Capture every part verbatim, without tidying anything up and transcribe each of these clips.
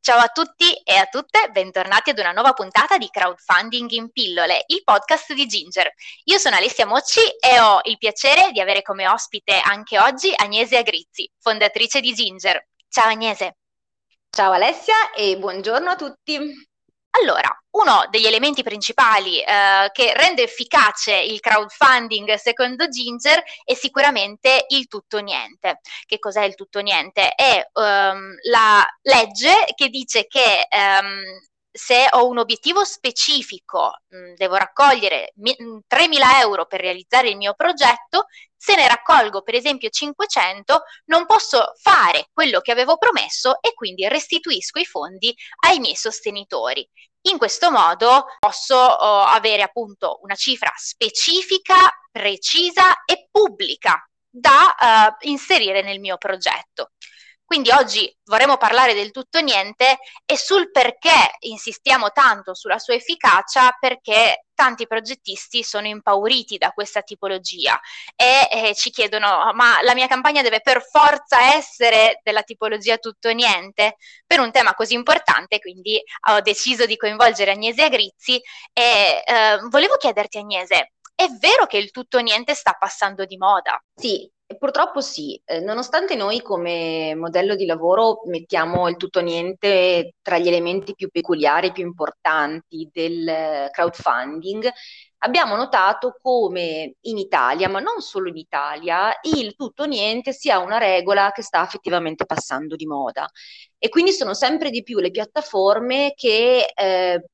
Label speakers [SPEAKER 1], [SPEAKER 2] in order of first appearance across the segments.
[SPEAKER 1] Ciao a tutti e a tutte, bentornati ad una nuova puntata di Crowdfunding in pillole, il podcast di Ginger. Io sono Alessia Mocci e ho il piacere di avere come ospite anche oggi Agnese Agrizzi, fondatrice di Ginger. Ciao Agnese.
[SPEAKER 2] Ciao Alessia e buongiorno a tutti.
[SPEAKER 1] Allora, uno degli elementi principali eh, che rende efficace il crowdfunding secondo Ginger è sicuramente il tutto o niente. Che cos'è il tutto o niente? È um, la legge che dice che um, se ho un obiettivo specifico, mh, devo raccogliere mi- tremila euro per realizzare il mio progetto, se ne raccolgo per esempio cinquecento, non posso fare quello che avevo promesso e quindi restituisco i fondi ai miei sostenitori. In questo modo posso uh, avere appunto una cifra specifica, precisa e pubblica da uh, inserire nel mio progetto. Quindi oggi vorremmo parlare del tutto o niente e sul perché insistiamo tanto sulla sua efficacia, perché tanti progettisti sono impauriti da questa tipologia e eh, ci chiedono: ma la mia campagna deve per forza essere della tipologia tutto o niente? Per un tema così importante, quindi ho deciso di coinvolgere Agnese Agrizzi e eh, volevo chiederti, Agnese, è vero che il tutto o niente sta passando di moda?
[SPEAKER 2] Sì, purtroppo sì, eh, nonostante noi come modello di lavoro mettiamo il tutto o niente tra gli elementi più peculiari, più importanti del eh, crowdfunding, abbiamo notato come in Italia, ma non solo in Italia, il tutto o niente sia una regola che sta effettivamente passando di moda. E quindi sono sempre di più le piattaforme che eh,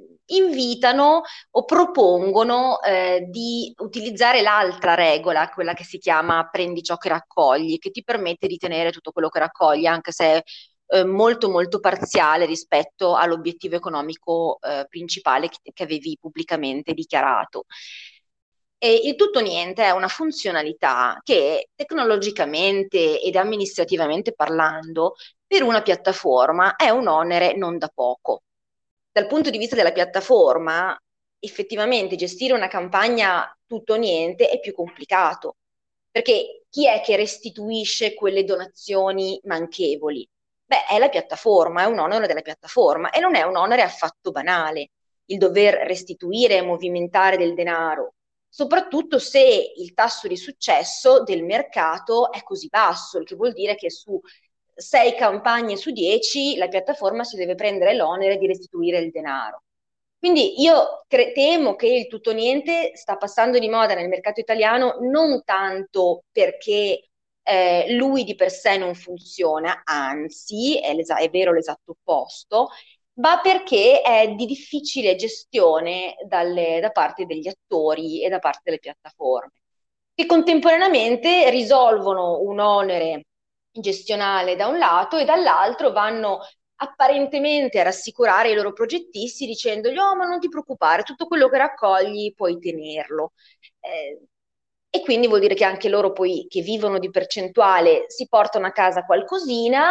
[SPEAKER 2] invitano o propongono eh, di utilizzare l'altra regola, quella che si chiama prendi ciò che raccogli, che ti permette di tenere tutto quello che raccogli, anche se è eh, molto molto parziale rispetto all'obiettivo economico eh, principale che, che avevi pubblicamente dichiarato. E il tutto niente è una funzionalità che tecnologicamente ed amministrativamente parlando, per una piattaforma è un onere non da poco. Dal punto di vista della piattaforma, effettivamente gestire una campagna tutto o niente è più complicato, perché chi è che restituisce quelle donazioni manchevoli? Beh, è la piattaforma, è un onere della piattaforma e non è un onere affatto banale il dover restituire e movimentare del denaro, soprattutto se il tasso di successo del mercato è così basso, il che vuol dire che su sei campagne su dieci la piattaforma si deve prendere l'onere di restituire il denaro. Quindi io cre- temo che il tutto niente sta passando di moda nel mercato italiano non tanto perché eh, lui di per sé non funziona, anzi è, è vero l'esatto opposto, ma perché è di difficile gestione dalle, da parte degli attori e da parte delle piattaforme, che contemporaneamente risolvono un onere gestionale da un lato e dall'altro vanno apparentemente a rassicurare i loro progettisti dicendogli: oh, ma non ti preoccupare, tutto quello che raccogli puoi tenerlo. Eh, e quindi vuol dire che anche loro poi che vivono di percentuale si portano a casa qualcosina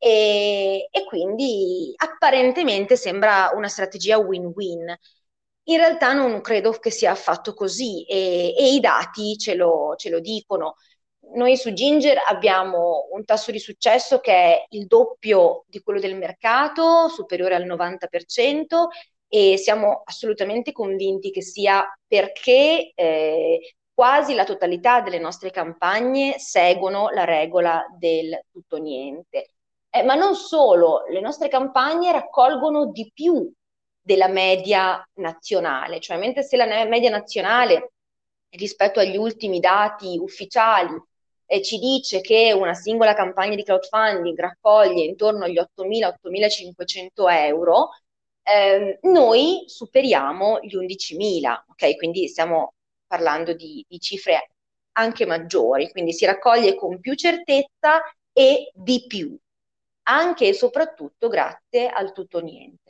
[SPEAKER 2] e, e quindi apparentemente sembra una strategia win-win. In realtà non credo che sia affatto così e, e i dati ce lo, ce lo dicono. Noi su Ginger abbiamo un tasso di successo che è il doppio di quello del mercato, superiore al novanta per cento, e siamo assolutamente convinti che sia perché eh, quasi la totalità delle nostre campagne seguono la regola del tutto niente. Eh, ma non solo, le nostre campagne raccolgono di più della media nazionale, cioè mentre se la media nazionale rispetto agli ultimi dati ufficiali eh, ci dice che una singola campagna di crowdfunding raccoglie intorno agli ottomila-ottomilacinquecento euro, eh, noi superiamo gli undicimila, ok? Quindi stiamo parlando di, di cifre anche maggiori, quindi si raccoglie con più certezza e di più, anche e soprattutto grazie al tutto niente.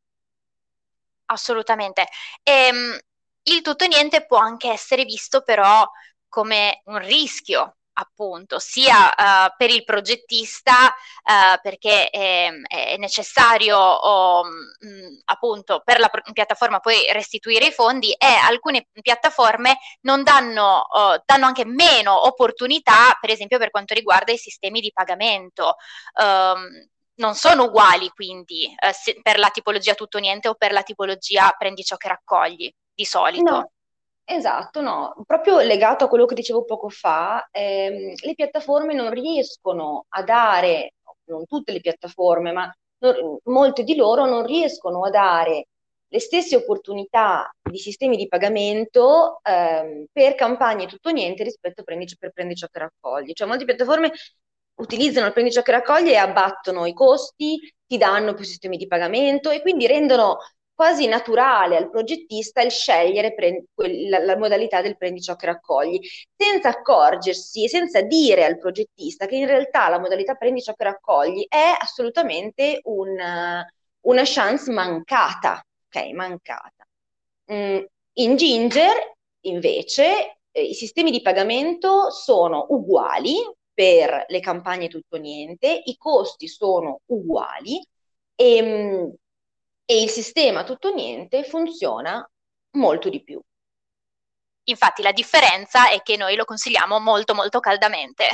[SPEAKER 1] Assolutamente. Ehm, il tutto o niente può anche essere visto però come un rischio, appunto, sia uh, per il progettista, uh, perché è, è necessario oh, mh, appunto per la piattaforma poi restituire i fondi, e alcune piattaforme non danno, oh, danno anche meno opportunità, per esempio per quanto riguarda i sistemi di pagamento. Um, non sono uguali quindi eh, se, per la tipologia tutto o niente o per la tipologia prendi ciò che raccogli, di solito.
[SPEAKER 2] No, esatto, no, proprio legato a quello che dicevo poco fa, ehm, le piattaforme non riescono a dare, non tutte le piattaforme, ma non- molte di loro non riescono a dare le stesse opportunità di sistemi di pagamento ehm, per campagne tutto o niente rispetto a prendi, per prendi ciò che raccogli. Cioè molte piattaforme utilizzano il prendi ciò che raccogli e abbattono i costi, ti danno più sistemi di pagamento e quindi rendono quasi naturale al progettista il scegliere pre- quel- la, la modalità del prendi ciò che raccogli, senza accorgersi e senza dire al progettista che in realtà la modalità prendi ciò che raccogli è assolutamente un- una chance mancata, ok? Mancata. Mm, in Ginger, invece, eh, i sistemi di pagamento sono uguali per le campagne tutto o niente, i costi sono uguali e, mm, e il sistema tutto o niente funziona molto di più.
[SPEAKER 1] Infatti la differenza è che noi lo consigliamo molto molto caldamente,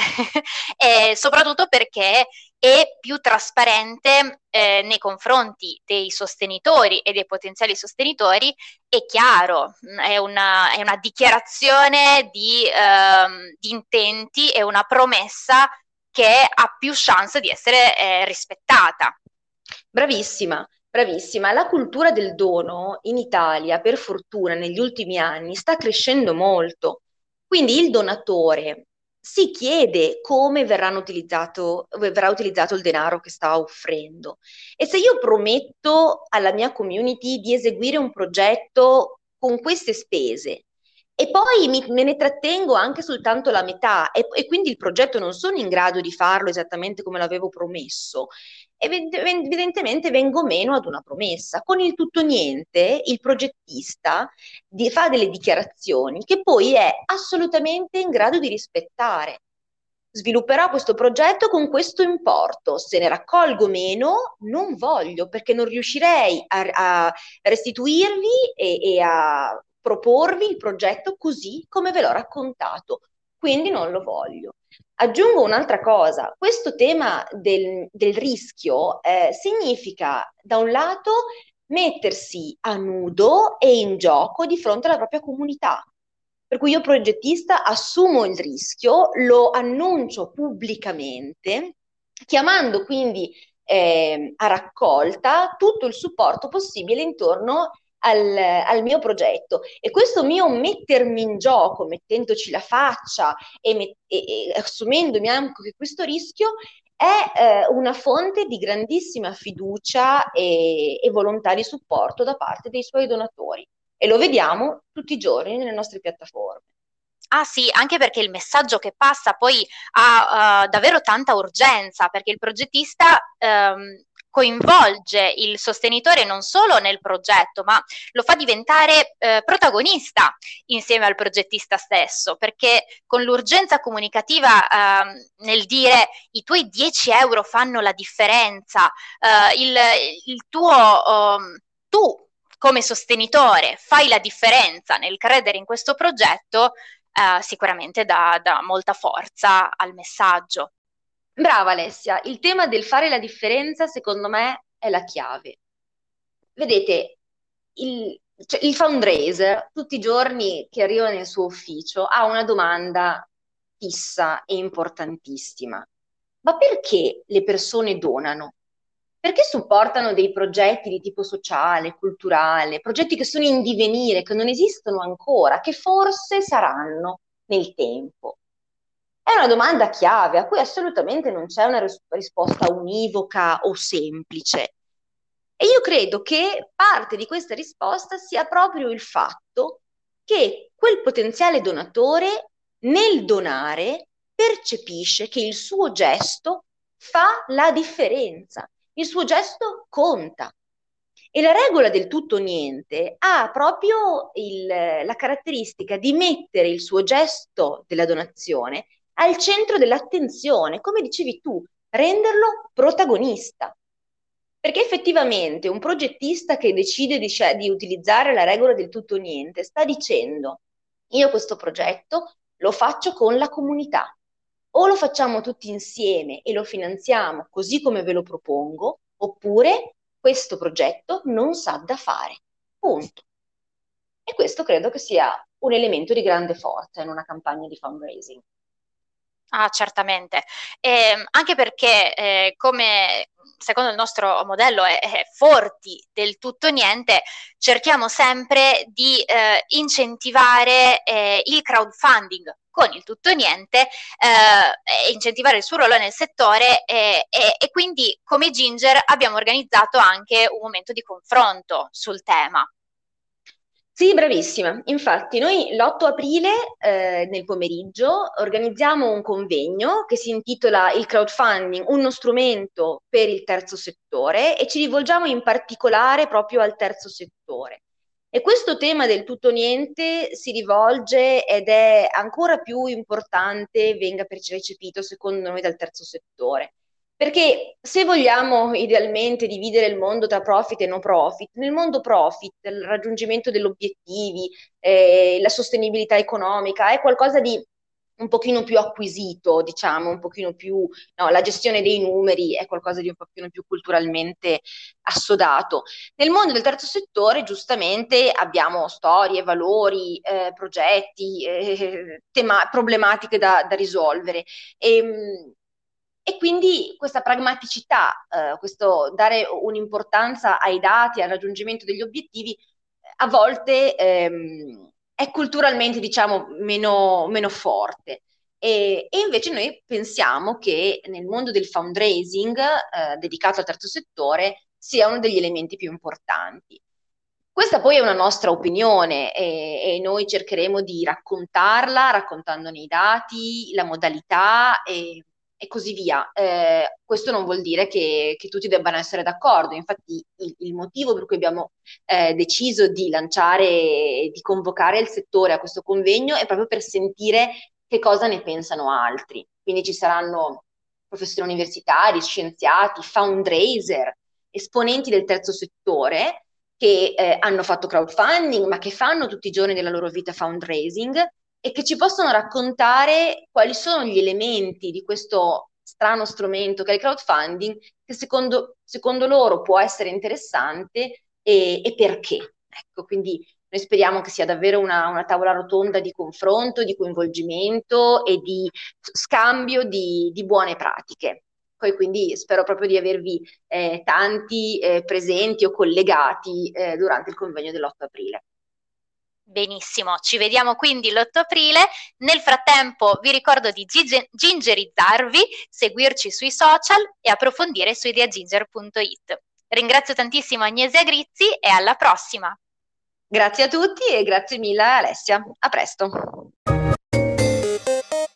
[SPEAKER 1] e soprattutto perché è più trasparente eh, nei confronti dei sostenitori e dei potenziali sostenitori, è chiaro, è una, è una dichiarazione di, ehm, di intenti, è una promessa che ha più chance di essere eh, rispettata.
[SPEAKER 2] Bravissima, bravissima. La cultura del dono in Italia, per fortuna, negli ultimi anni sta crescendo molto. Quindi il donatore si chiede come verranno utilizzato, verrà utilizzato il denaro che sta offrendo. E se io prometto alla mia community di eseguire un progetto con queste spese e poi mi- me ne trattengo anche soltanto la metà e, e quindi il progetto non sono in grado di farlo esattamente come l'avevo promesso, event- evidentemente vengo meno ad una promessa. Con il tutto niente, il progettista di- fa delle dichiarazioni che poi è assolutamente in grado di rispettare. Svilupperò questo progetto con questo importo. Se ne raccolgo meno, non voglio, perché non riuscirei a, a restituirvi e, e a proporvi il progetto così come ve l'ho raccontato. Quindi non lo voglio. Aggiungo un'altra cosa, questo tema del, del rischio eh, significa da un lato mettersi a nudo e in gioco di fronte alla propria comunità. Per cui io progettista assumo il rischio, lo annuncio pubblicamente, chiamando quindi eh, a raccolta tutto il supporto possibile intorno al, al mio progetto. E questo mio mettermi in gioco, mettendoci la faccia e, met- e- e assumendomi anche questo rischio, è eh, una fonte di grandissima fiducia e, e volontà di supporto da parte dei suoi donatori. E lo vediamo tutti i giorni nelle nostre piattaforme.
[SPEAKER 1] Ah sì, anche perché il messaggio che passa poi ha uh, davvero tanta urgenza, perché il progettista um, coinvolge il sostenitore non solo nel progetto, ma lo fa diventare eh, protagonista insieme al progettista stesso, perché con l'urgenza comunicativa eh, nel dire i tuoi dieci euro fanno la differenza, eh, il, il tuo, um, tu come sostenitore fai la differenza nel credere in questo progetto, eh, sicuramente dà, dà molta forza al messaggio.
[SPEAKER 2] Brava Alessia, il tema del fare la differenza secondo me è la chiave. Vedete, il, cioè, il fundraiser tutti i giorni che arriva nel suo ufficio ha una domanda fissa e importantissima. Ma perché le persone donano? Perché supportano dei progetti di tipo sociale, culturale, progetti che sono in divenire, che non esistono ancora, che forse saranno nel tempo? È una domanda chiave a cui assolutamente non c'è una ris- risposta univoca o semplice. E io credo che parte di questa risposta sia proprio il fatto che quel potenziale donatore nel donare percepisce che il suo gesto fa la differenza, il suo gesto conta. E la regola del tutto o niente ha proprio il- la caratteristica di mettere il suo gesto della donazione al centro dell'attenzione, come dicevi tu, renderlo protagonista. Perché effettivamente un progettista che decide di, sce- di utilizzare la regola del tutto o niente sta dicendo, io questo progetto lo faccio con la comunità. o lo facciamo tutti insieme e lo finanziamo così come ve lo propongo, oppure questo progetto non sa da fare. Punto. E questo credo che sia un elemento di grande forza in una campagna di fundraising.
[SPEAKER 1] Ah, certamente. Ehm, anche perché, eh, come secondo il nostro modello è, è forti del tutto niente, cerchiamo sempre di eh, incentivare eh, il crowdfunding con il tutto niente, eh, e incentivare il suo ruolo nel settore e, e, e quindi come Ginger abbiamo organizzato anche un momento di confronto sul tema.
[SPEAKER 2] Sì, bravissima. Infatti, noi l'otto aprile, eh, nel pomeriggio, organizziamo un convegno che si intitola Il crowdfunding, uno strumento per il terzo settore e ci rivolgiamo in particolare proprio al terzo settore. E questo tema del tutto niente si rivolge ed è ancora più importante, venga percepito secondo noi dal terzo settore. Perché se vogliamo idealmente dividere il mondo tra profit e no profit, nel mondo profit il raggiungimento degli obiettivi, eh, la sostenibilità economica è qualcosa di un pochino più acquisito, diciamo, un pochino più, no, la gestione dei numeri è qualcosa di un pochino più culturalmente assodato. Nel mondo del terzo settore, giustamente, abbiamo storie, valori, eh, progetti, eh, tema- problematiche da, da risolvere. E, e quindi questa pragmaticità, eh, questo dare un'importanza ai dati, al raggiungimento degli obiettivi, a volte ehm, è culturalmente, diciamo, meno, meno forte. E, e invece noi pensiamo che nel mondo del fundraising, eh, dedicato al terzo settore, sia uno degli elementi più importanti. Questa poi è una nostra opinione e, e noi cercheremo di raccontarla, raccontandone i dati, la modalità e, e così via. Eh, questo non vuol dire che, che tutti debbano essere d'accordo, infatti il, il motivo per cui abbiamo eh, deciso di lanciare e di convocare il settore a questo convegno è proprio per sentire che cosa ne pensano altri. Quindi ci saranno professori universitari, scienziati, fundraiser, esponenti del terzo settore che eh, hanno fatto crowdfunding, ma che fanno tutti i giorni della loro vita fundraising e che ci possono raccontare quali sono gli elementi di questo strano strumento che è il crowdfunding, che secondo, secondo loro può essere interessante e, e perché. Ecco, quindi noi speriamo che sia davvero una, una tavola rotonda di confronto, di coinvolgimento e di scambio di, di buone pratiche. Poi quindi spero proprio di avervi eh, tanti eh, presenti o collegati eh, durante il convegno dell'otto aprile.
[SPEAKER 1] Benissimo, ci vediamo quindi l'otto aprile. Nel frattempo vi ricordo di gige- gingerizzarvi, seguirci sui social e approfondire su ideaginger punto it. Ringrazio tantissimo Agnese Agrizzi e alla prossima!
[SPEAKER 2] Grazie a tutti e grazie mille Alessia. A presto.